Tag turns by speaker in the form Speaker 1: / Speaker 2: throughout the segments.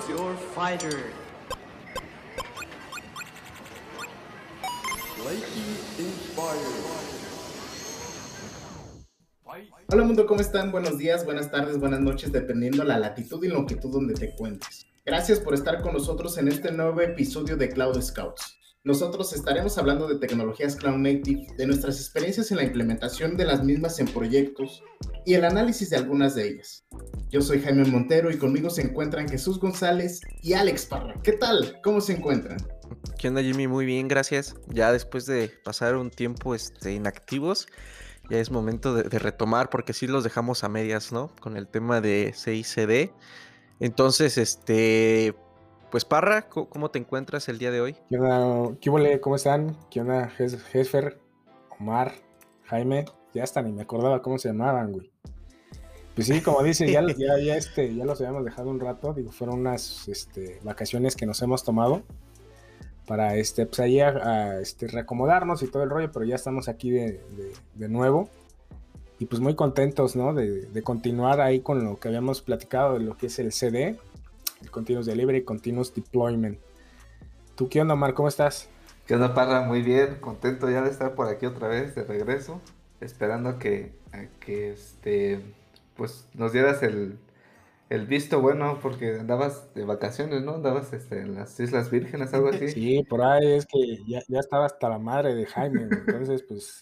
Speaker 1: your fighter. Lightning Inspired.
Speaker 2: Hola mundo, ¿cómo están? Buenos días, buenas tardes, buenas noches, dependiendo la latitud y longitud donde te encuentres. Gracias por estar con nosotros en este nuevo episodio de Cloud Scouts. Nosotros estaremos hablando de tecnologías Cloud Native, de nuestras experiencias en la implementación de las mismas en proyectos y el análisis de algunas de ellas. Yo soy Jaime Montero y conmigo se encuentran Jesús González y Alex Parra. ¿Qué tal? ¿Cómo se encuentran?
Speaker 3: ¿Qué onda, Jimmy? Muy bien, gracias. Ya después de pasar un tiempo inactivos, ya es momento de retomar, porque sí los dejamos a medias, ¿no? Con el tema de CICD. Entonces, pues Parra, ¿cómo te encuentras el día de hoy?
Speaker 4: ¿Qué onda? ¿Qué huele? ¿Cómo están? ¿Qué onda? Jesfer, Omar, Jaime, ya hasta ni me acordaba cómo se llamaban, güey. Pues sí, como dice, ya los habíamos dejado un rato, digo, fueron unas vacaciones que nos hemos tomado para pues ahí reacomodarnos y todo el rollo, pero ya estamos aquí de nuevo y pues muy contentos, ¿no? De continuar ahí con lo que habíamos platicado de lo que es el CD, el Continuous Delivery, Continuous Deployment. ¿Tú qué onda, Omar? ¿Cómo estás?
Speaker 5: ¿Qué onda, Parra? Muy bien, contento ya de estar por aquí otra vez de regreso, esperando a que pues nos dieras el visto bueno, porque andabas de vacaciones, ¿no? Andabas en las Islas Vírgenes, algo así.
Speaker 4: Sí, por ahí es que ya estaba hasta la madre de Jaime, güey. Entonces, pues,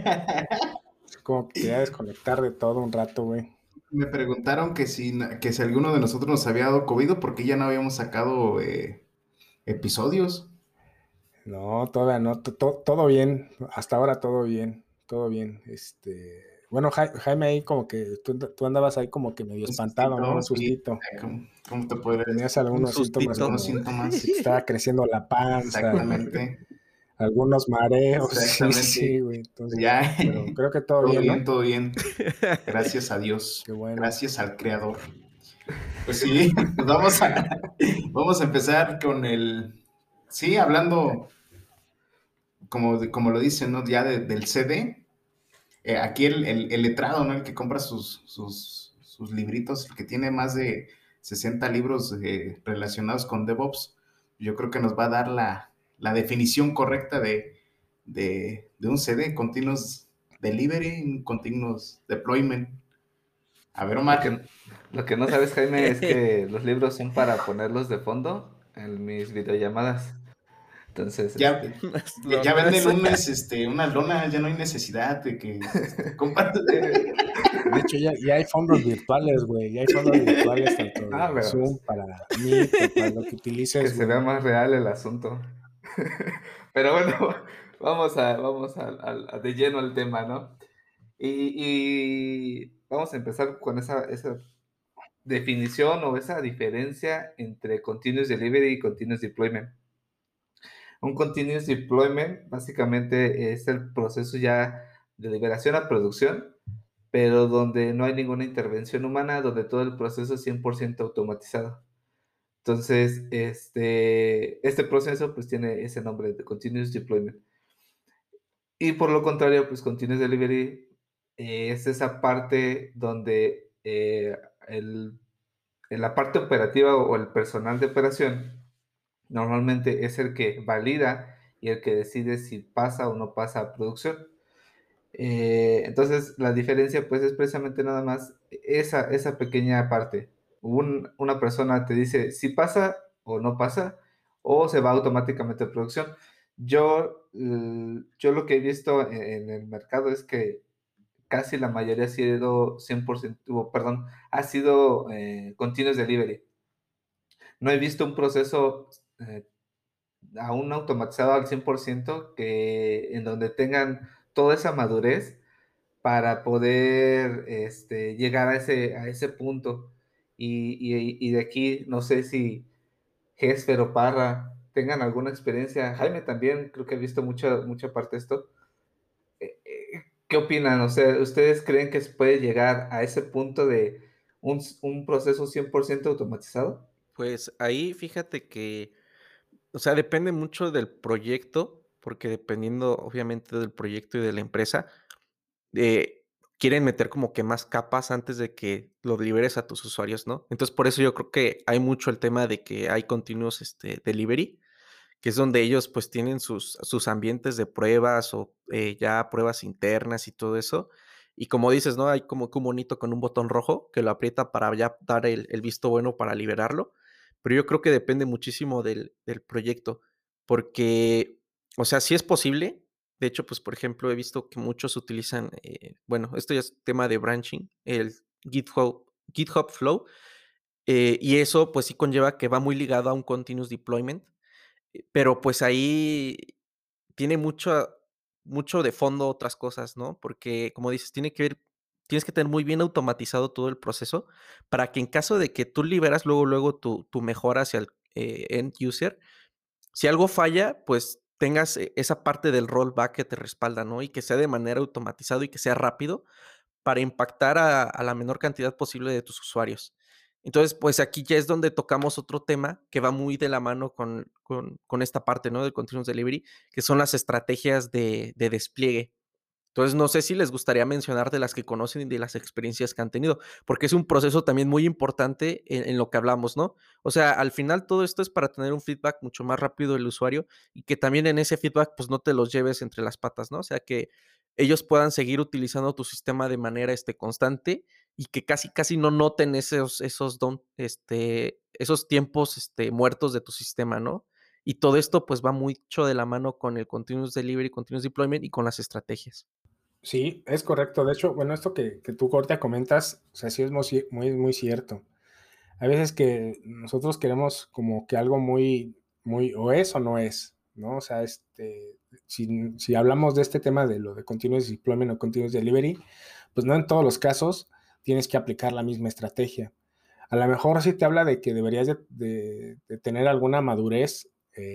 Speaker 4: es como que quería desconectar de todo un rato, güey.
Speaker 2: Me preguntaron que si alguno de nosotros nos había dado COVID porque ya no habíamos sacado episodios.
Speaker 4: No, todavía no, todo bien. Hasta ahora todo bien, todo bien. Bueno, Jaime ahí como que tú andabas ahí como que medio
Speaker 2: Un
Speaker 4: espantado, ¿no? Un
Speaker 2: sí.
Speaker 4: sustito.
Speaker 2: ¿Cómo te podría decir?
Speaker 4: Tenías algunos síntomas
Speaker 3: sustito.
Speaker 2: Algunos
Speaker 4: como
Speaker 2: síntomas.
Speaker 4: que te estaba creciendo la panza,
Speaker 2: Exactamente.
Speaker 4: algunos mareos, sí,
Speaker 2: Exactamente.
Speaker 4: sí, güey. Entonces,
Speaker 2: Ya.
Speaker 4: pero creo que todo
Speaker 2: Todo
Speaker 4: bien,
Speaker 2: bien,
Speaker 4: ¿no?
Speaker 2: todo bien. Gracias a Dios.
Speaker 4: Qué bueno.
Speaker 2: Gracias al Creador. Pues sí, pues vamos a empezar con sí, hablando, como lo dicen, ¿no? Ya del CD. Aquí el letrado, ¿no? El que compra sus libritos, el que tiene más de 60 libros relacionados con DevOps, yo creo que nos va a dar la definición correcta de un CD, Continuous Delivery, un Continuous Deployment. A ver,
Speaker 5: Lo
Speaker 2: Omar.
Speaker 5: que, lo que no sabes, Jaime, es que los libros son para ponerlos de fondo en mis videollamadas. Entonces,
Speaker 2: Ya,
Speaker 3: Las
Speaker 2: ya
Speaker 3: lonas.
Speaker 2: venden una lona, ya no hay necesidad de que compras.
Speaker 4: De hecho, ya hay fondos virtuales, güey. Ya hay fondos virtuales tanto de
Speaker 5: pero
Speaker 4: Zoom para Meet o para lo que
Speaker 5: que
Speaker 4: utilices,
Speaker 5: se vea
Speaker 4: güey.
Speaker 5: más real el asunto. Pero bueno, vamos de lleno al tema, ¿no? Y vamos a empezar con esa definición o esa diferencia entre Continuous Delivery y Continuous Deployment. Un Continuous Deployment básicamente es el proceso ya de liberación a producción, pero donde no hay ninguna intervención humana, donde todo el proceso es 100% automatizado. Entonces, este proceso pues tiene ese nombre de Continuous Deployment. Y por lo contrario, pues Continuous Delivery es esa parte donde en la parte operativa o el personal de operación normalmente es el que valida y el que decide si pasa o no pasa a producción. Entonces, la diferencia pues es precisamente nada más esa pequeña parte. Una persona te dice si pasa o no pasa o se va automáticamente a producción. Yo lo que he visto en el mercado es que casi la mayoría ha sido 100%, perdón, ha sido continuous delivery. No he visto un proceso aún automatizado al 100% en donde tengan toda esa madurez para poder llegar a ese punto. Y de aquí, no sé si Gesfer o Parra tengan alguna experiencia. Jaime también, creo que he visto mucha parte de esto. ¿Qué opinan? O sea, ¿ustedes creen que se puede llegar a ese punto de un proceso 100% automatizado?
Speaker 3: Pues ahí fíjate que, o sea, depende mucho del proyecto, porque dependiendo obviamente del proyecto y de la empresa, quieren meter como que más capas antes de que lo liberes a tus usuarios, ¿no? Entonces, por eso yo creo que hay mucho el tema de que hay continuos delivery, que es donde ellos pues tienen sus ambientes de pruebas o ya pruebas internas y todo eso. Y como dices, ¿no? Hay como que un monito con un botón rojo que lo aprieta para ya dar el visto bueno para liberarlo. Pero yo creo que depende muchísimo del proyecto, porque, o sea, sí es posible. De hecho, pues, por ejemplo, he visto que muchos utilizan, bueno, esto ya es tema de branching, el GitHub Flow, y eso pues sí conlleva que va muy ligado a un continuous deployment, pero pues ahí tiene mucho de fondo otras cosas, ¿no? Porque, como dices, tienes que tener muy bien automatizado todo el proceso para que en caso de que tú liberas luego tu mejora hacia el, end user, si algo falla, pues tengas esa parte del rollback que te respalda, ¿no? Y que sea de manera automatizado y que sea rápido para impactar a la menor cantidad posible de tus usuarios. Entonces, pues aquí ya es donde tocamos otro tema que va muy de la mano con esta parte, ¿no? Del Continuous Delivery, que son las estrategias de despliegue. Entonces, no sé si les gustaría mencionar de las que conocen y de las experiencias que han tenido, porque es un proceso también muy importante en lo que hablamos, ¿no? O sea, al final todo esto es para tener un feedback mucho más rápido del usuario y que también en ese feedback, pues no te los lleves entre las patas, ¿no? O sea, que ellos puedan seguir utilizando tu sistema de manera constante y que casi no noten esos tiempos muertos de tu sistema, ¿no? Y todo esto pues va mucho de la mano con el continuous delivery, continuous deployment y con las estrategias.
Speaker 4: Sí, es correcto. De hecho, bueno, esto que tú ahorita comentas, o sea, sí es muy cierto. Hay veces que nosotros queremos como que algo muy, o es o no es, ¿no? O sea, si hablamos de este tema de lo de continuous deployment o continuous delivery, pues no en todos los casos tienes que aplicar la misma estrategia. A lo mejor sí te habla de que deberías de tener alguna madurez,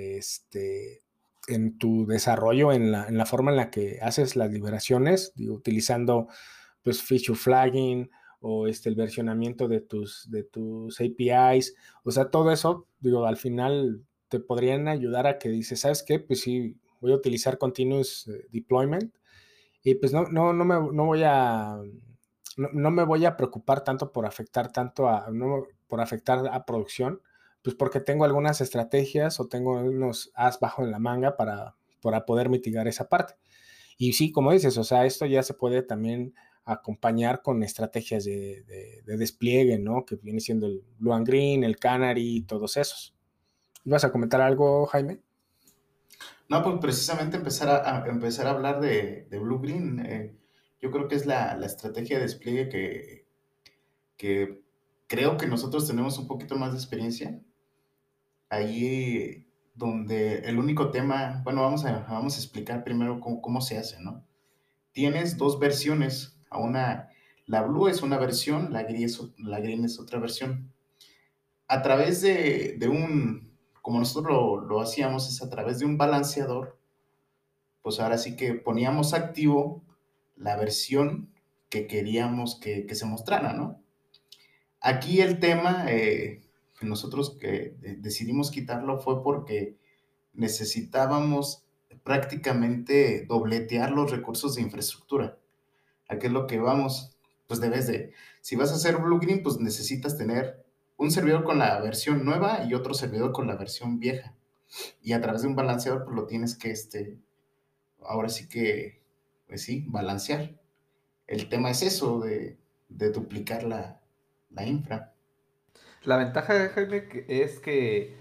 Speaker 4: en tu desarrollo, en la forma en la que haces las liberaciones, digo, utilizando pues feature flagging o el versionamiento de tus APIs, o sea, todo eso, digo, al final te podrían ayudar a que dices, ¿sabes qué? Pues sí, voy a utilizar continuous deployment y pues no voy a, no me voy a preocupar tanto por afectar no, por afectar a producción, pues porque tengo algunas estrategias o tengo unos as bajo en la manga para poder mitigar esa parte. Y sí, como dices, o sea, esto ya se puede también acompañar con estrategias de despliegue, ¿no? Que viene siendo el Blue and Green, el Canary y todos esos. ¿Vas a comentar algo, Jaime?
Speaker 2: No, pues precisamente empezar a hablar de Blue Green. Yo creo que es la estrategia de despliegue que creo que nosotros tenemos un poquito más de experiencia. Ahí donde el único tema, bueno, vamos a explicar primero cómo se hace, ¿no? Tienes dos versiones. La Blue es una versión, la Green es otra versión. A través como nosotros lo hacíamos, es a través de un balanceador, pues ahora sí que poníamos activo la versión que queríamos que se mostrara, ¿no? Aquí el tema que nosotros decidimos quitarlo fue porque necesitábamos prácticamente dobletear los recursos de infraestructura. ¿A qué es lo que vamos? Pues si vas a hacer Blue Green, pues necesitas tener un servidor con la versión nueva y otro servidor con la versión vieja. Y a través de un balanceador, pues lo tienes que, ahora sí que, pues sí, balancear. El tema es eso, de duplicar la infra.
Speaker 5: La ventaja, Jaime, es que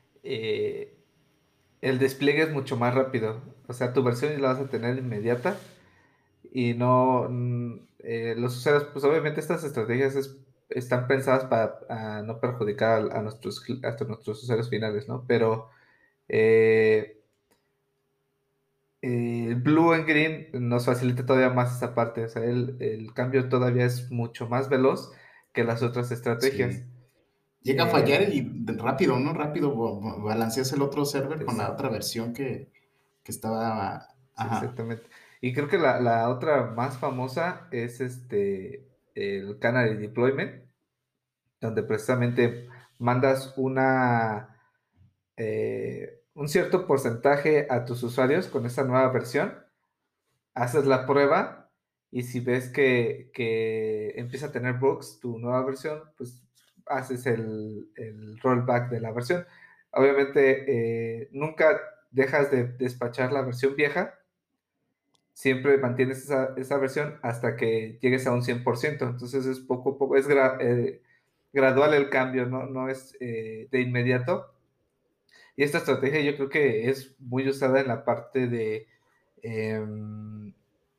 Speaker 5: el despliegue es mucho más rápido. O sea, tu versión la vas a tener inmediata y no... los usuarios, pues obviamente estas estrategias están pensadas para no perjudicar hasta nuestros usuarios finales, ¿no? Pero el Blue and Green nos facilita todavía más esa parte. O sea, el cambio todavía es mucho más veloz que las otras estrategias.
Speaker 2: Sí. Llega a fallar
Speaker 5: Eh,
Speaker 2: y rápido, ¿no? Rápido balanceas el otro server con la otra
Speaker 5: exactamente.
Speaker 2: versión que estaba.
Speaker 5: Sí,
Speaker 2: Ajá.
Speaker 5: exactamente. Y creo que la otra más famosa es el Canary Deployment, donde precisamente mandas un cierto porcentaje a tus usuarios con esta nueva versión, haces la prueba y si ves que empieza a tener bugs tu nueva versión, pues haces el rollback de la versión. Obviamente, nunca dejas de despachar la versión vieja, siempre mantienes esa versión hasta que llegues a un 100%. Entonces es poco a poco, es gradual el cambio, no es de inmediato. Y esta estrategia yo creo que es muy usada en la parte de em,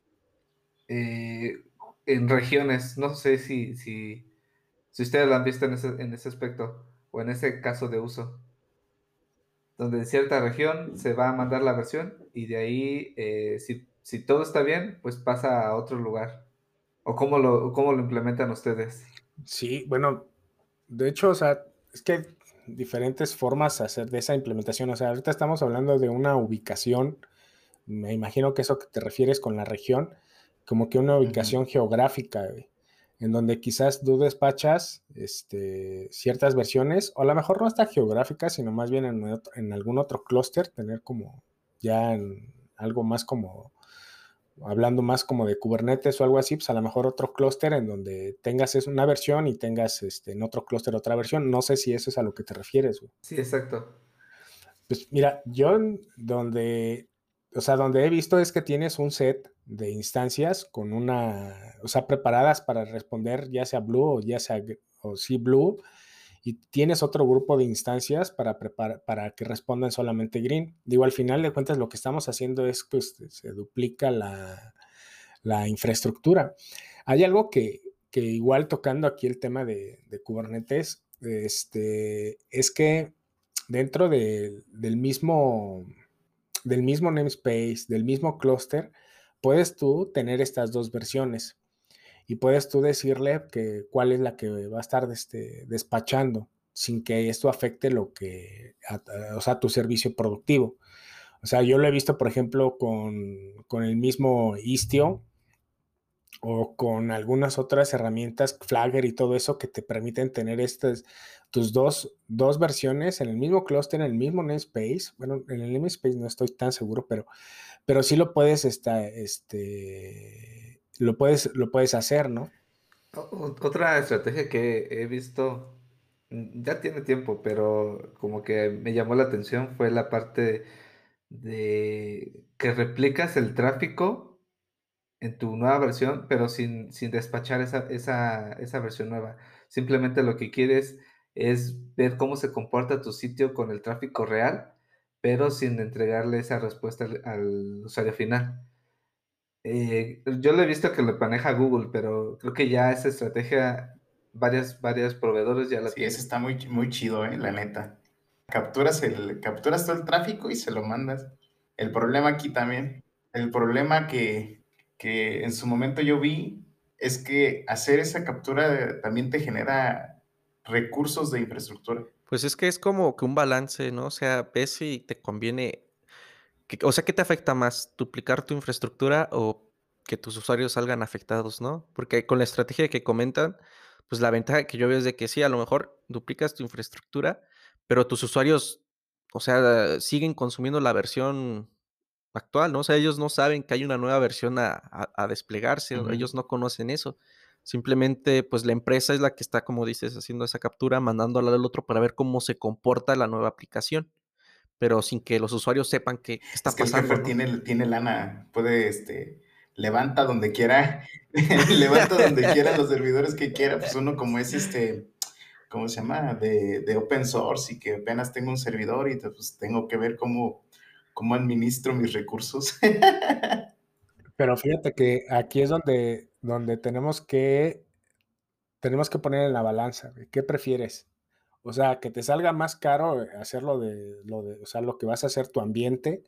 Speaker 5: eh, en regiones. No sé si ustedes lo han visto en ese aspecto o en ese caso de uso, donde en cierta región se va a mandar la versión y de ahí, si todo está bien, pues pasa a otro lugar. ¿O cómo lo implementan ustedes?
Speaker 4: Sí, bueno, de hecho, o sea, es que hay diferentes formas de hacer de esa implementación. O sea, ahorita estamos hablando de una ubicación. Me imagino que eso que te refieres con la región, como que una ubicación geográfica, güey, en donde quizás tú despachas ciertas versiones, o a lo mejor no hasta geográfica, sino más bien en algún otro clúster, tener como ya en algo más como, hablando más como de Kubernetes o algo así, pues a lo mejor otro clúster en donde tengas una versión y tengas en otro clúster otra versión. No sé si eso es a lo que te refieres, güey.
Speaker 5: Sí, exacto.
Speaker 4: Pues mira, donde, o sea, donde he visto es que tienes un set de instancias con o sea, preparadas para responder ya sea Blue o ya sea o sí Blue, y tienes otro grupo de instancias para que respondan solamente Green. Digo, al final de cuentas lo que estamos haciendo es, pues, se duplica la infraestructura. Hay algo que igual tocando aquí el tema de Kubernetes, es que dentro del mismo namespace, del mismo clúster, puedes tú tener estas dos versiones y puedes tú decirle que cuál es la que va a estar despachando sin que esto afecte o sea, tu servicio productivo. O sea, yo lo he visto, por ejemplo, con el mismo Istio o con algunas otras herramientas, Flagger y todo eso, que te permiten tener tus dos versiones en el mismo clúster, en el mismo namespace. Bueno, en el namespace no estoy tan seguro, pero sí lo puedes, lo puedes hacer, ¿no?
Speaker 5: Otra estrategia que he visto, ya tiene tiempo, pero como que me llamó la atención fue la parte de que replicas el tráfico en tu nueva versión, pero sin despachar esa versión nueva. Simplemente lo que quieres es ver cómo se comporta tu sitio con el tráfico real, pero sin entregarle esa respuesta al usuario final. Yo lo he visto que lo maneja Google, pero creo que ya esa estrategia, varios proveedores ya la
Speaker 2: Sí, ese
Speaker 5: tienen.
Speaker 2: está muy chido, la neta. Capturas todo el tráfico y se lo mandas. El problema aquí también, el problema que en su momento yo vi es que hacer esa captura también te genera recursos de infraestructura.
Speaker 3: Pues es que es como que un balance, ¿no? O sea, ves si te conviene, o sea, ¿qué te afecta más? ¿Duplicar tu infraestructura o que tus usuarios salgan afectados, ¿no? Porque con la estrategia que comentan, pues la ventaja que yo veo es de que sí, a lo mejor duplicas tu infraestructura, pero tus usuarios, o sea, siguen consumiendo la versión actual, ¿no? O sea, ellos no saben que hay una nueva versión a desplegarse, o ellos no conocen eso. Simplemente, pues la empresa es la que está, como dices, haciendo esa captura, mandándola al otro para ver cómo se comporta la nueva aplicación, pero sin que los usuarios sepan qué
Speaker 2: Es
Speaker 3: está
Speaker 2: que el
Speaker 3: pasando,
Speaker 2: jefe
Speaker 3: ¿no?
Speaker 2: tiene lana, puede, levanta donde quiera, levanta donde quiera los servidores que quiera, pues uno como es ¿cómo se llama? De open source y que apenas tengo un servidor y pues tengo que ver cómo administro mis recursos.
Speaker 4: Pero fíjate que aquí es donde tenemos que poner en la balanza, güey. ¿Qué prefieres? O sea, que te salga más caro hacer o sea, lo que vas a hacer tu ambiente,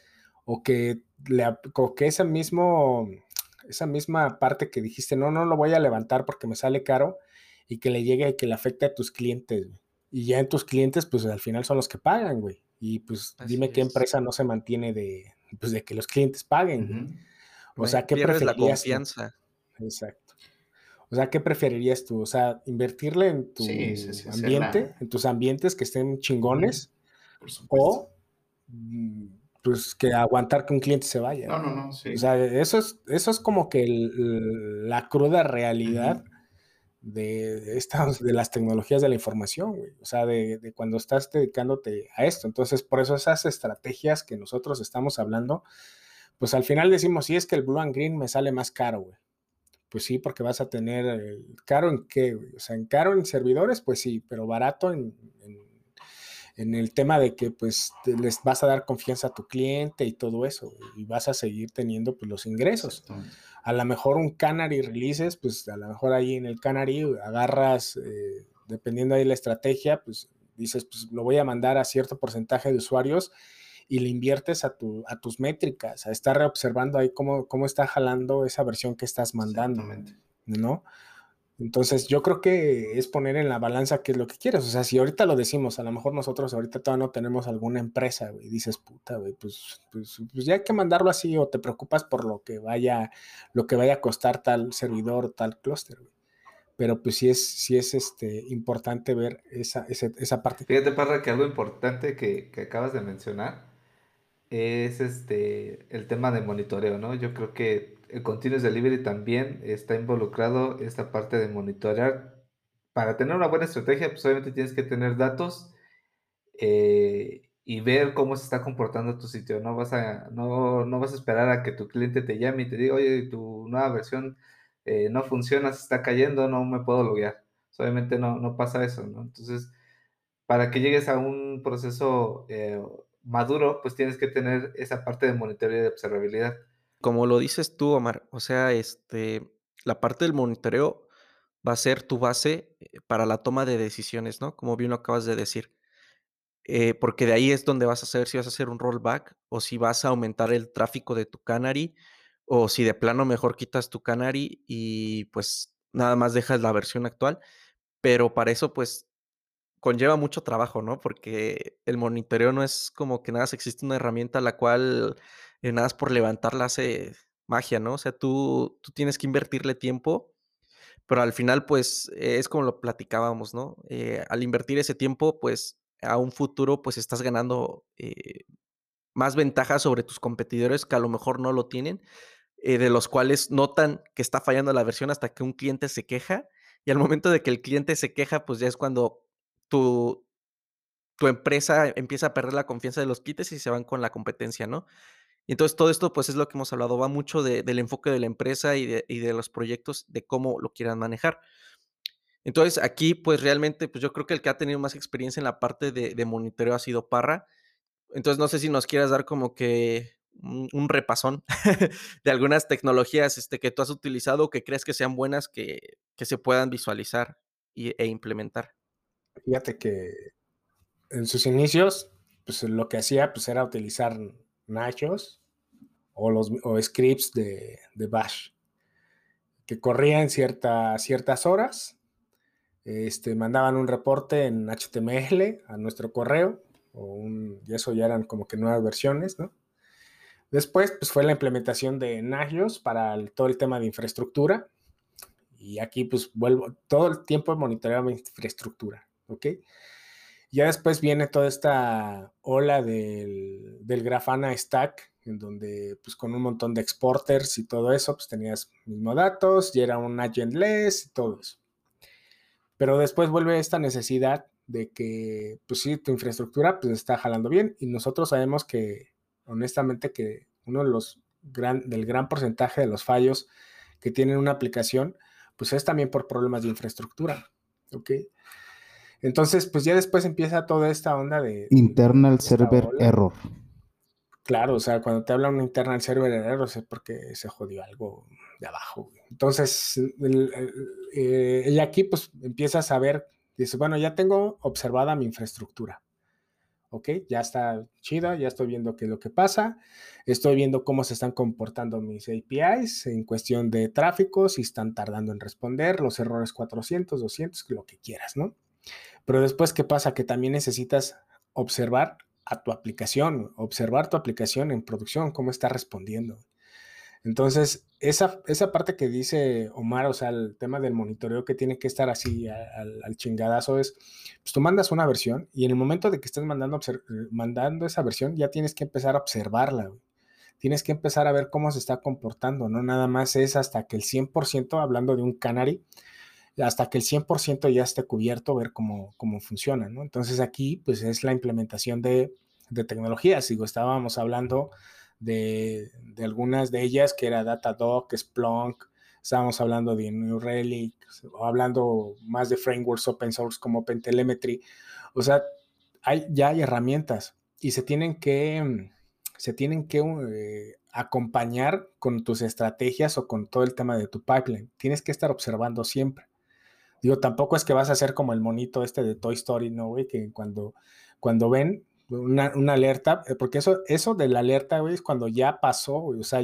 Speaker 4: o que esa misma parte que dijiste, no lo voy a levantar porque me sale caro, y que le llegue y que le afecte a tus clientes, güey. Y ya en tus clientes, pues al final son los que pagan, güey. Y pues
Speaker 3: Así
Speaker 4: dime qué
Speaker 3: es.
Speaker 4: empresa no se mantiene pues, de que los clientes paguen, güey.
Speaker 2: Ujú.
Speaker 4: O sea, ¿qué
Speaker 3: Pierdes la
Speaker 4: preferirías tú?
Speaker 3: confianza.
Speaker 4: Exacto. O sea, ¿qué preferirías tú? O sea, invertirle en
Speaker 2: Sí, sí,
Speaker 4: tu
Speaker 2: sí,
Speaker 4: ambiente,
Speaker 2: hacerla.
Speaker 4: en tus ambientes que estén
Speaker 2: Ujú.
Speaker 4: chingones,
Speaker 2: Por supuesto.
Speaker 4: o mm, pues, que aguantar que un cliente se vaya.
Speaker 2: No, no, no, sí.
Speaker 4: O sea, eso es como que la cruda realidad
Speaker 2: Ujú.
Speaker 4: de las tecnologías de la información, güey. O sea, de cuando estás dedicándote a esto. Entonces, por eso esas estrategias que nosotros estamos hablando, pues al final decimos, sí, es que el Blue and Green me sale más caro, güey. Pues sí, porque vas a tener caro en qué, güey. O sea, en caro en servidores, pues sí, pero barato en el tema de que pues les vas a dar confianza a tu cliente y todo eso, güey, y vas a seguir teniendo pues los ingresos.
Speaker 2: Exactamente.
Speaker 4: A lo mejor un Canary releases, pues a lo mejor ahí en el Canary agarras, dependiendo ahí la estrategia, pues dices, pues lo voy a mandar a cierto porcentaje de usuarios y le inviertes a tus métricas, a estar observando ahí cómo está jalando esa versión que estás mandando,
Speaker 2: Exactamente.
Speaker 4: ¿no? Entonces yo creo que es poner en la balanza qué es lo que quieres. O sea, si ahorita lo decimos, a lo mejor nosotros ahorita todavía no tenemos alguna empresa, güey, y dices, puta, güey, pues ya hay que mandarlo así, o te preocupas por lo que vaya a costar tal servidor, tal clúster, güey. Pero pues sí es importante ver esa parte.
Speaker 5: Fíjate, Parra, que algo importante que acabas de mencionar es el tema de monitoreo, ¿no? Yo creo que el Continuous Delivery también está involucrado esta parte de monitorear. Para tener una buena estrategia, pues obviamente tienes que tener datos y ver cómo se está comportando tu sitio. No vas a esperar a que tu cliente te llame y te diga, oye, tu nueva versión no funciona, se está cayendo, no me puedo loguear. Obviamente no pasa eso, ¿no? Entonces, para que llegues a un proceso maduro, pues tienes que tener esa parte de monitoreo y de observabilidad.
Speaker 3: Como lo dices tú, Omar, o sea, la parte del monitoreo va a ser tu base para la toma de decisiones, ¿no? Como bien lo acabas de decir. Porque de ahí es donde vas a saber si vas a hacer un rollback o si vas a aumentar el tráfico de tu Canary o si de plano mejor quitas tu Canary y pues nada más dejas la versión actual. Pero para eso pues conlleva mucho trabajo, ¿no? Porque el monitoreo no es como que nada más existe una herramienta la cual nada más por levantarla hace magia, ¿no? O sea, tú tienes que invertirle tiempo, pero al final, pues, es como lo platicábamos, ¿no? Al invertir ese tiempo, pues, a un futuro, pues, estás ganando más ventajas sobre tus competidores que a lo mejor no lo tienen, de los cuales notan que está fallando la versión hasta que un cliente se queja, y al momento de que el cliente se queja, pues, ya es cuando tu tu empresa empieza a perder la confianza de los clientes y se van con la competencia, ¿no? Y entonces todo esto, pues, es lo que hemos hablado, va mucho del enfoque de la empresa y de los proyectos, de cómo lo quieran manejar. Entonces, aquí, pues, realmente, pues, yo creo que el que ha tenido más experiencia en la parte de monitoreo ha sido Parra. Entonces, no sé si nos quieras dar como que un repasón de algunas tecnologías, que tú has utilizado, que crees que sean buenas, que se puedan visualizar e implementar.
Speaker 4: Fíjate que en sus inicios, pues lo que hacía pues era utilizar nachos o scripts de Bash que corrían ciertas horas, mandaban un reporte en HTML a nuestro correo, y eso ya eran como que nuevas versiones, ¿no? Después, pues fue la implementación de Nagios para todo el tema de infraestructura, y aquí pues vuelvo, todo el tiempo monitoreaba mi infraestructura, ¿ok? Ya después viene toda esta ola del Grafana Stack, en donde pues con un montón de exporters y todo eso, pues tenías mismos datos y era un agentless y todo eso. Pero después vuelve esta necesidad de que, pues sí, tu infraestructura pues está jalando bien y nosotros sabemos que, honestamente, que uno de del gran porcentaje de los fallos que tienen una aplicación, pues es también por problemas de infraestructura, ¿ok? Entonces, pues ya después empieza toda esta onda
Speaker 6: Internal
Speaker 4: esta
Speaker 6: Server
Speaker 4: ola.
Speaker 6: Error.
Speaker 4: Claro, o sea, cuando te habla un internal server error es porque se jodió algo de abajo. Entonces, y aquí pues empiezas a ver, dices, bueno, ya tengo observada mi infraestructura. Ok, ya está chida, ya estoy viendo qué es lo que pasa, estoy viendo cómo se están comportando mis APIs en cuestión de tráfico, si están tardando en responder, los errores 400, 200, lo que quieras, ¿no? Pero después, ¿qué pasa? Que también necesitas observar a tu aplicación, observar tu aplicación en producción, cómo está respondiendo. Entonces, esa parte que dice Omar, o sea, el tema del monitoreo que tiene que estar así al chingadazo es, pues tú mandas una versión y en el momento de que estés mandando esa versión, ya tienes que empezar a observarla, güey. Tienes que empezar a ver cómo se está comportando, no nada más es hasta que el 100%, hablando de un Canary, hasta que el 100% ya esté cubierto, ver cómo funciona, ¿no? Entonces aquí, pues es la implementación de tecnologías. Digo, estábamos hablando de algunas de ellas, que era Datadog, Splunk, estábamos hablando de New Relic, o hablando más de frameworks open source como OpenTelemetry. O sea, ya hay herramientas y se tienen que acompañar con tus estrategias o con todo el tema de tu pipeline. Tienes que estar observando siempre. Digo, tampoco es que vas a ser como el monito este de Toy Story, ¿no, güey? Que cuando ven una alerta, porque eso de la alerta, güey, es cuando ya pasó, güey, o sea,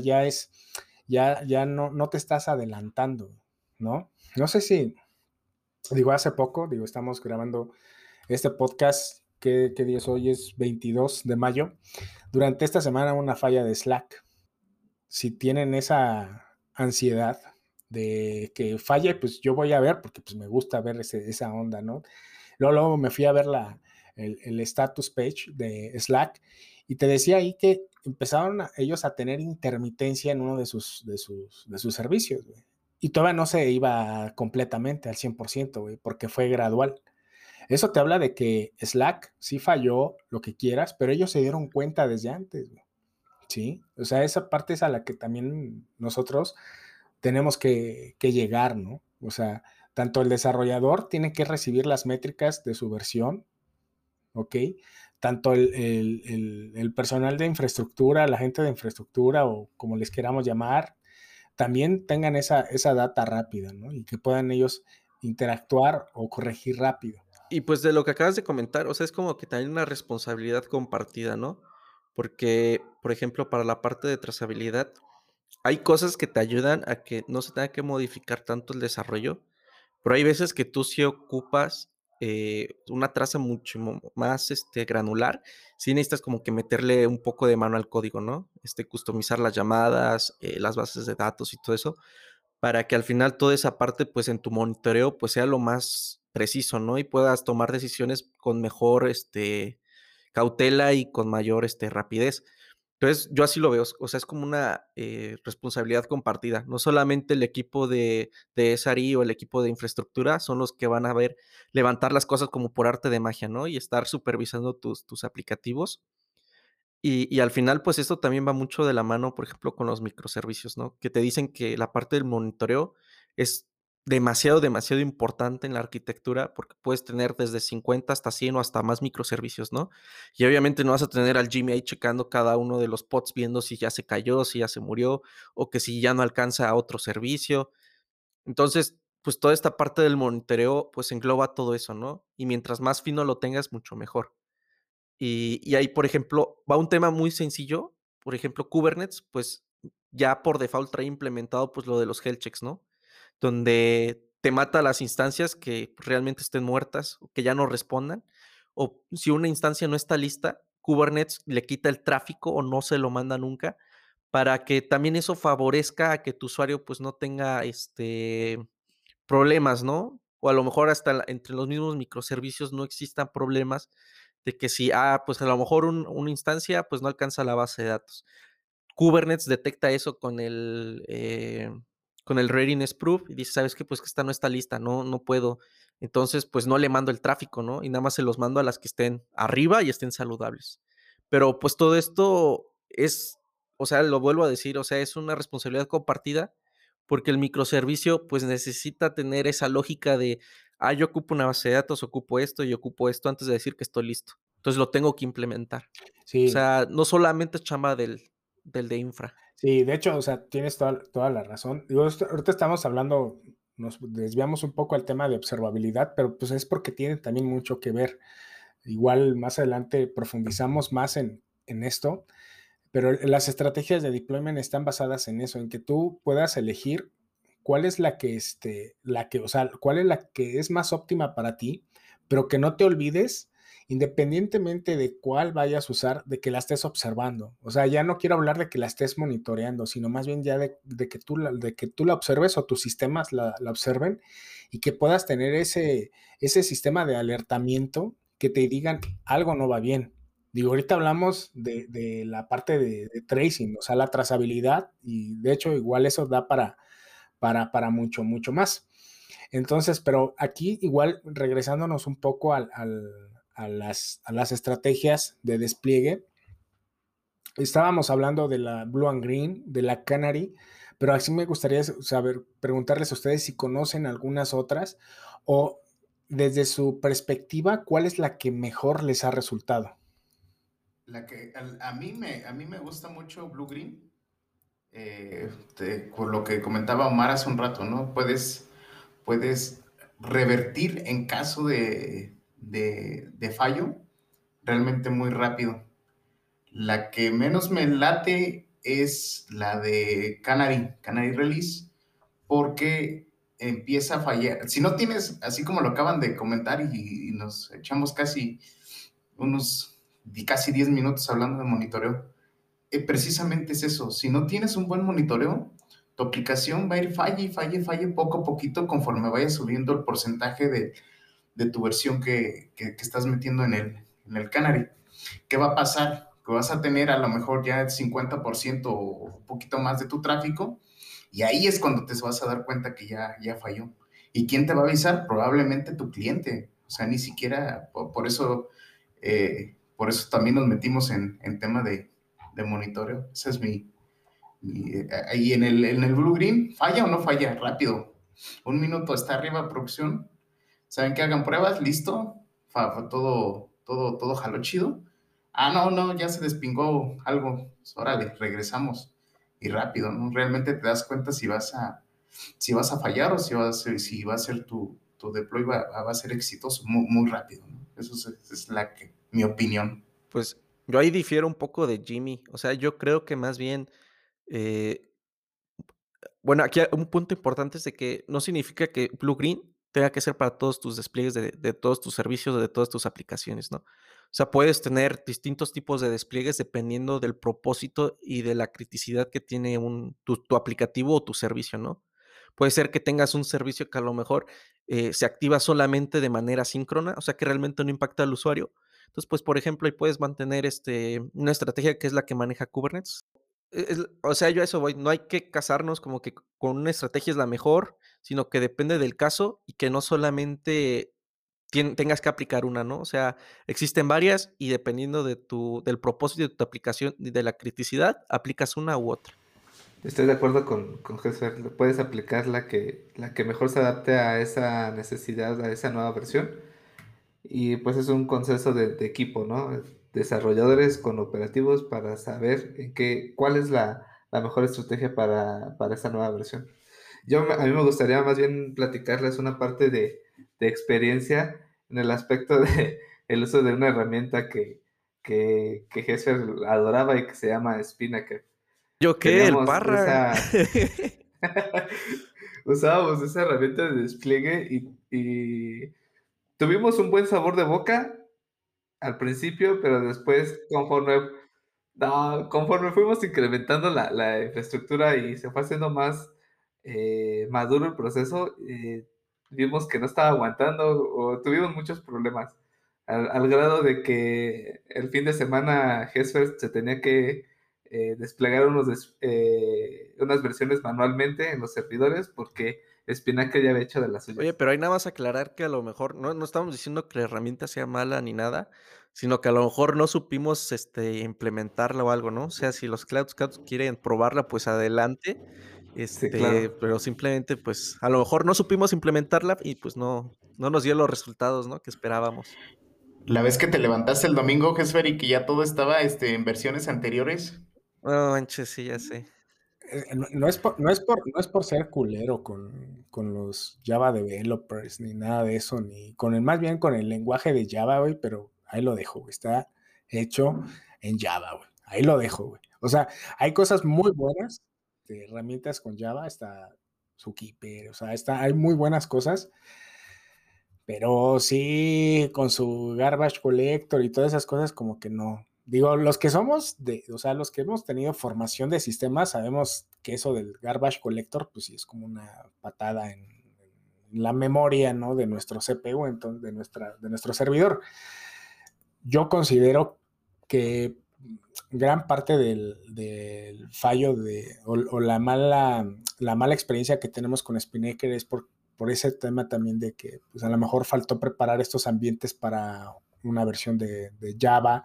Speaker 4: ya no te estás adelantando, ¿no? No sé si, digo, hace poco, digo, estamos grabando este podcast, ¿qué día es hoy? Es 22 de mayo. Durante esta semana una falla de Slack. Si tienen esa ansiedad de que falle, pues yo voy a ver, porque pues me gusta ver esa onda, ¿no? Luego me fui a ver el status page de Slack y te decía ahí que empezaron ellos a tener intermitencia en uno de sus servicios, güey. Y todavía no se iba completamente al 100%, güey, porque fue gradual. Eso te habla de que Slack sí falló, lo que quieras, pero ellos se dieron cuenta desde antes, güey. Sí, o sea, esa parte es a la que también nosotros tenemos que llegar, ¿no? O sea, tanto el desarrollador tiene que recibir las métricas de su versión, ¿ok? Tanto el personal de infraestructura, la gente de infraestructura o como les queramos llamar, también tengan esa data rápida, ¿no? Y que puedan ellos interactuar o corregir rápido.
Speaker 3: Y pues de lo que acabas de comentar, o sea, es como que también una responsabilidad compartida, ¿no? Porque, por ejemplo, para la parte de trazabilidad, hay cosas que te ayudan a que no se tenga que modificar tanto el desarrollo, pero hay veces que tú sí ocupas una traza mucho más granular, sí necesitas como que meterle un poco de mano al código, ¿no? Customizar las llamadas, las bases de datos y todo eso, para que al final toda esa parte, pues en tu monitoreo, pues sea lo más preciso, ¿no? Y puedas tomar decisiones con mejor, cautela y con mayor, rapidez. Entonces, yo así lo veo, o sea, es como una responsabilidad compartida. No solamente el equipo de SRE o el equipo de infraestructura son los que van a ver levantar las cosas como por arte de magia, ¿no? Y estar supervisando tus aplicativos. Y al final, pues esto también va mucho de la mano, por ejemplo, con los microservicios, ¿no? Que te dicen que la parte del monitoreo es demasiado, demasiado importante en la arquitectura porque puedes tener desde 50 hasta 100 o hasta más microservicios, ¿no? Y obviamente no vas a tener al Jimmy ahí checando cada uno de los pods, viendo si ya se cayó, si ya se murió o que si ya no alcanza a otro servicio. Entonces, pues toda esta parte del monitoreo, pues engloba todo eso, ¿no? Y mientras más fino lo tengas, mucho mejor. Y ahí, por ejemplo, va un tema muy sencillo. Por ejemplo, Kubernetes, pues ya por default trae implementado pues lo de los health checks, ¿no? Donde te mata las instancias que realmente estén muertas o que ya no respondan. O si una instancia no está lista, Kubernetes le quita el tráfico o no se lo manda nunca para que también eso favorezca a que tu usuario pues no tenga problemas, ¿no? O a lo mejor hasta entre los mismos microservicios no existan problemas de que si, pues a lo mejor una instancia pues no alcanza la base de datos. Kubernetes detecta eso con el readiness proof y dice, ¿sabes qué? Pues que esta no está lista, no puedo. Entonces, pues no le mando el tráfico, ¿no? Y nada más se los mando a las que estén arriba y estén saludables. Pero pues todo esto es, o sea, lo vuelvo a decir, o sea, es una responsabilidad compartida porque el microservicio pues necesita tener esa lógica de, yo ocupo una base de datos, ocupo esto y ocupo esto antes de decir que estoy listo. Entonces lo tengo que implementar. O
Speaker 4: Sí,
Speaker 3: sea, no solamente es chamba del de infra.
Speaker 4: sí, de hecho, o sea, tienes toda la razón. Digo, ahorita estamos hablando, nos desviamos un poco al tema de observabilidad, pero pues es porque tiene también mucho que ver. Igual más adelante profundizamos más en esto, pero las estrategias de deployment están basadas en eso, en que tú puedas elegir cuál es o sea, cuál es la que es más óptima para ti, pero que no te olvides independientemente de cuál vayas a usar, de que la estés observando. O sea, ya no quiero hablar de que la estés monitoreando, sino más bien ya de que tú la observes o tus sistemas la observen y que puedas tener ese sistema de alertamiento que te digan algo no va bien. Digo, ahorita hablamos de la parte de tracing, o sea, la trazabilidad, y de hecho igual eso da para mucho, mucho más. Entonces, pero aquí igual regresándonos un poco a las estrategias de despliegue, estábamos hablando de la Blue and Green, de la Canary, pero así me gustaría saber, preguntarles a ustedes si conocen algunas otras o desde su perspectiva, ¿cuál es la que mejor les ha resultado?
Speaker 2: A mí me gusta mucho Blue Green, con lo que comentaba Omar hace un rato, ¿no? Puedes revertir en caso de fallo realmente muy rápido. La que menos me late es la de Canary Release, porque empieza a fallar. Si no tienes, así como lo acaban de comentar y nos echamos casi 10 minutos hablando de monitoreo, precisamente es eso. Si no tienes un buen monitoreo, tu aplicación va a ir falle poco a poquito conforme vaya subiendo el porcentaje de tu versión que estás metiendo en el Canary. ¿Qué va a pasar? Que vas a tener a lo mejor ya el 50% o un poquito más de tu tráfico, y ahí es cuando te vas a dar cuenta que ya falló. ¿Y quién te va a avisar? Probablemente tu cliente. O sea, ni siquiera, por eso también nos metimos en tema de monitoreo. Ese es ahí en el Blue Green, ¿falla o no falla? Rápido. Un minuto está arriba producción. ¿Saben que hagan pruebas? Listo. Todo jaló chido. Ah, no, ya se despingó algo. Pues, órale, regresamos. Y rápido, ¿no? Realmente te das cuenta si vas a fallar o si va a ser tu deploy va a ser exitoso muy, muy rápido, ¿no? Eso es mi opinión.
Speaker 3: Pues yo ahí difiero un poco de Jimmy. O sea, yo creo que más bien, eh, bueno, aquí un punto importante es de que no significa que Blue Green tenga que ser para todos tus despliegues de todos tus servicios, de todas tus aplicaciones, ¿no? O sea, puedes tener distintos tipos de despliegues dependiendo del propósito y de la criticidad que tiene tu aplicativo o tu servicio, ¿no? Puede ser que tengas un servicio que a lo mejor se activa solamente de manera síncrona, o sea, que realmente no impacta al usuario. Entonces, pues, por ejemplo, ahí puedes mantener una estrategia que es la que maneja Kubernetes. O sea, yo a eso voy, no hay que casarnos como que con una estrategia es la mejor, sino que depende del caso y que no solamente tengas que aplicar una, ¿no? O sea, existen varias y dependiendo del propósito de tu aplicación y de la criticidad, aplicas una u otra.
Speaker 5: Estoy de acuerdo con Jesús. Puedes aplicar la que mejor se adapte a esa necesidad, a esa nueva versión. Y pues es un consenso de equipo, ¿no? Desarrolladores con operativos para saber cuál es la mejor estrategia para esa nueva versión. A mí me gustaría más bien platicarles una parte de experiencia en el aspecto de el uso de una herramienta que Jesper adoraba y que se llama Spinnaker.
Speaker 3: ¿Yo qué? El
Speaker 5: Teníamos
Speaker 3: Parra.
Speaker 5: usábamos esa herramienta de despliegue y tuvimos un buen sabor de boca al principio, pero después, conforme fuimos incrementando la infraestructura y se fue haciendo más maduro el proceso, vimos que no estaba aguantando o tuvimos muchos problemas, al grado de que el fin de semana Hesper se tenía que desplegar unas versiones manualmente en los servidores porque Spinnaker ya había hecho de las suyas.
Speaker 3: Oye, pero hay nada más aclarar que a lo mejor no estamos diciendo que la herramienta sea mala ni nada, sino que a lo mejor no supimos implementarla o algo, ¿no? O sea, si los Cloud Scouts quieren probarla, pues adelante.
Speaker 5: Sí, claro.
Speaker 3: Pero simplemente, pues, a lo mejor no supimos implementarla y pues no nos dio los resultados, ¿no? Que esperábamos.
Speaker 2: La vez que te levantaste el domingo, Jesfer, y que ya todo estaba en versiones anteriores.
Speaker 3: No manches, sí, ya sé.
Speaker 4: No es por ser culero con los Java developers ni nada de eso, ni más bien con el lenguaje de Java, güey, pero ahí lo dejo, güey. Está hecho en Java, güey. Ahí lo dejo, güey. O sea, hay cosas muy buenas de herramientas con Java, está Zookeeper, o sea, hay muy buenas cosas, Pero sí, con su garbage collector y todas esas cosas, como que no. Digo, los que somos o sea, los que hemos tenido formación de sistemas, sabemos que eso del garbage collector, pues sí, es como una patada en la memoria, ¿no? De nuestro CPU, entonces, de nuestro servidor. Yo considero que gran parte del fallo o la mala experiencia que tenemos con Spinnaker es por ese tema también de que pues a lo mejor faltó preparar estos ambientes para una versión de Java.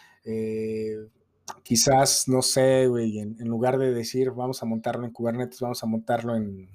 Speaker 4: Quizás, no sé, güey, en lugar de decir vamos a montarlo en Kubernetes, vamos a montarlo en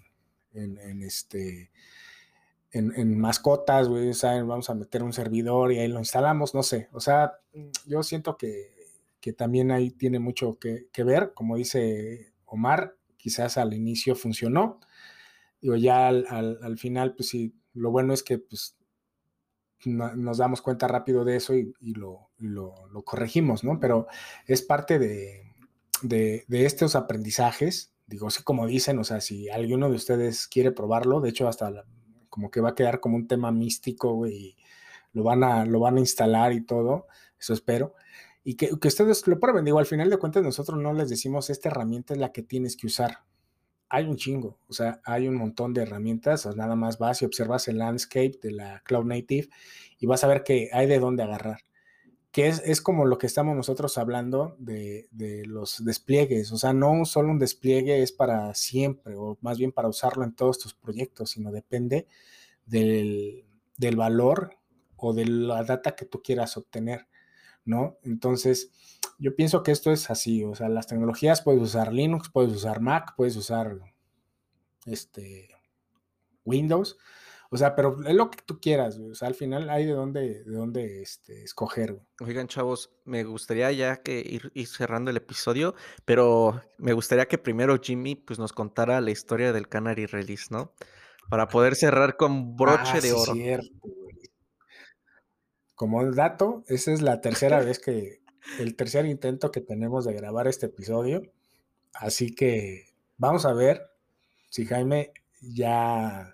Speaker 4: mascotas, güey, ¿saben? Vamos a meter un servidor y ahí lo instalamos, no sé. O sea, yo siento que también ahí tiene mucho que ver. Como dice Omar, quizás al inicio funcionó. Digo, ya al final, pues sí, lo bueno es que pues, nos damos cuenta rápido de eso y lo corregimos, ¿no? Pero es parte de estos aprendizajes. Digo, sí, como dicen, o sea, si alguno de ustedes quiere probarlo, de hecho, hasta como que va a quedar como un tema místico, güey, y lo van a instalar y todo, eso espero. Y que ustedes lo prueben. Digo, al final de cuentas, nosotros no les decimos esta herramienta es la que tienes que usar. Hay un chingo, o sea, hay un montón de herramientas, o nada más vas y observas el landscape de la Cloud Native y vas a ver que hay de dónde agarrar. Que es como lo que estamos nosotros hablando de los despliegues, o sea, no solo un despliegue es para siempre, o más bien para usarlo en todos tus proyectos, sino depende del valor o de la data que tú quieras obtener, ¿no? Entonces, yo pienso que esto es así, o sea, las tecnologías puedes usar Linux, puedes usar Mac, puedes usar Windows, o sea, pero es lo que tú quieras, güey. O sea, al final hay de dónde escoger, güey.
Speaker 3: Oigan, chavos, me gustaría ya que ir cerrando el episodio, pero me gustaría que primero Jimmy pues nos contara la historia del Canary Release, ¿no? Para poder cerrar con broche de
Speaker 4: sí,
Speaker 3: oro.
Speaker 4: Cierto, güey. Como dato, esa es la tercera vez el tercer intento que tenemos de grabar este episodio, así que vamos a ver si Jaime ya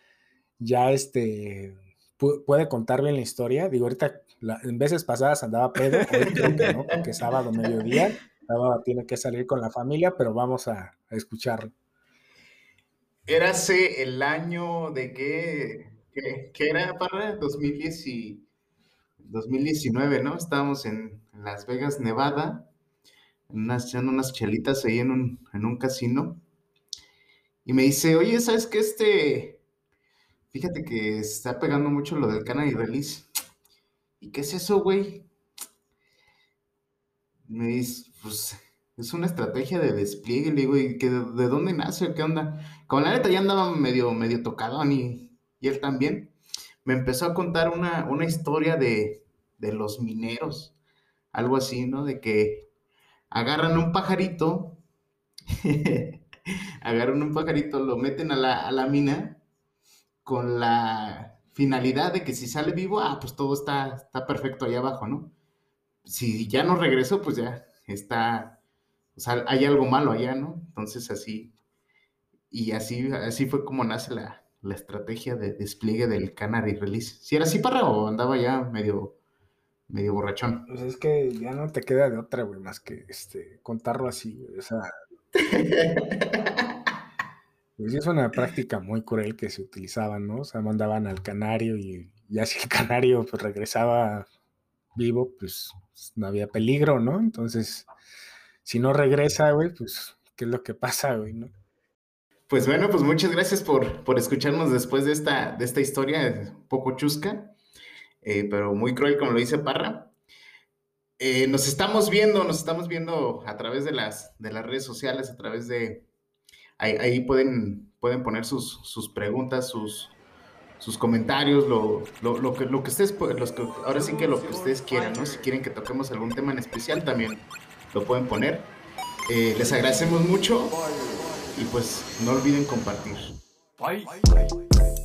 Speaker 4: puede contar bien la historia. Digo, ahorita en veces pasadas andaba pedo, hoy creo que no, porque es sábado mediodía, sábado tiene que salir con la familia, pero vamos a escucharlo.
Speaker 2: Érase el año de ¿qué era, Parra? 2019, ¿no? Estábamos en Las Vegas, Nevada, echando unas chelitas ahí en un casino. Y me dice, oye, ¿sabes qué? Fíjate que está pegando mucho lo del Canary Release. ¿Y qué es eso, güey? Me dice, pues, es una estrategia de despliegue. Le digo, ¿y de dónde nace? ¿Qué onda? Como la neta ya andaba medio tocadón y él también. Me empezó a contar una historia de los mineros. Algo así, ¿no? De que agarran un pajarito, lo meten a la mina con la finalidad de que si sale vivo, pues todo está perfecto ahí abajo, ¿no? Si ya no regresó, pues ya está, o sea, hay algo malo allá, ¿no? Entonces así fue como nace la estrategia de despliegue del Canary Release. ¿Si era así, Parra, o andaba ya medio borrachón?
Speaker 4: Pues es que ya no te queda de otra, güey, más que contarlo así, güey. O sea, pues es una práctica muy cruel que se utilizaba, ¿no? O sea, mandaban al canario y ya si el canario pues regresaba vivo, pues no había peligro, ¿no? Entonces, si no regresa, güey, pues, ¿qué es lo que pasa, güey, no?
Speaker 2: Pues bueno, pues muchas gracias por escucharnos después de esta historia un poco chusca, pero muy cruel, como lo dice Parra. Nos estamos viendo a través de las redes sociales, a través de... Ahí pueden poner sus preguntas, sus comentarios, lo que ustedes, ahora sí que lo que ustedes quieran, ¿no? Si quieren que toquemos algún tema en especial, también lo pueden poner. Les agradecemos mucho y pues no olviden compartir.
Speaker 1: Bye.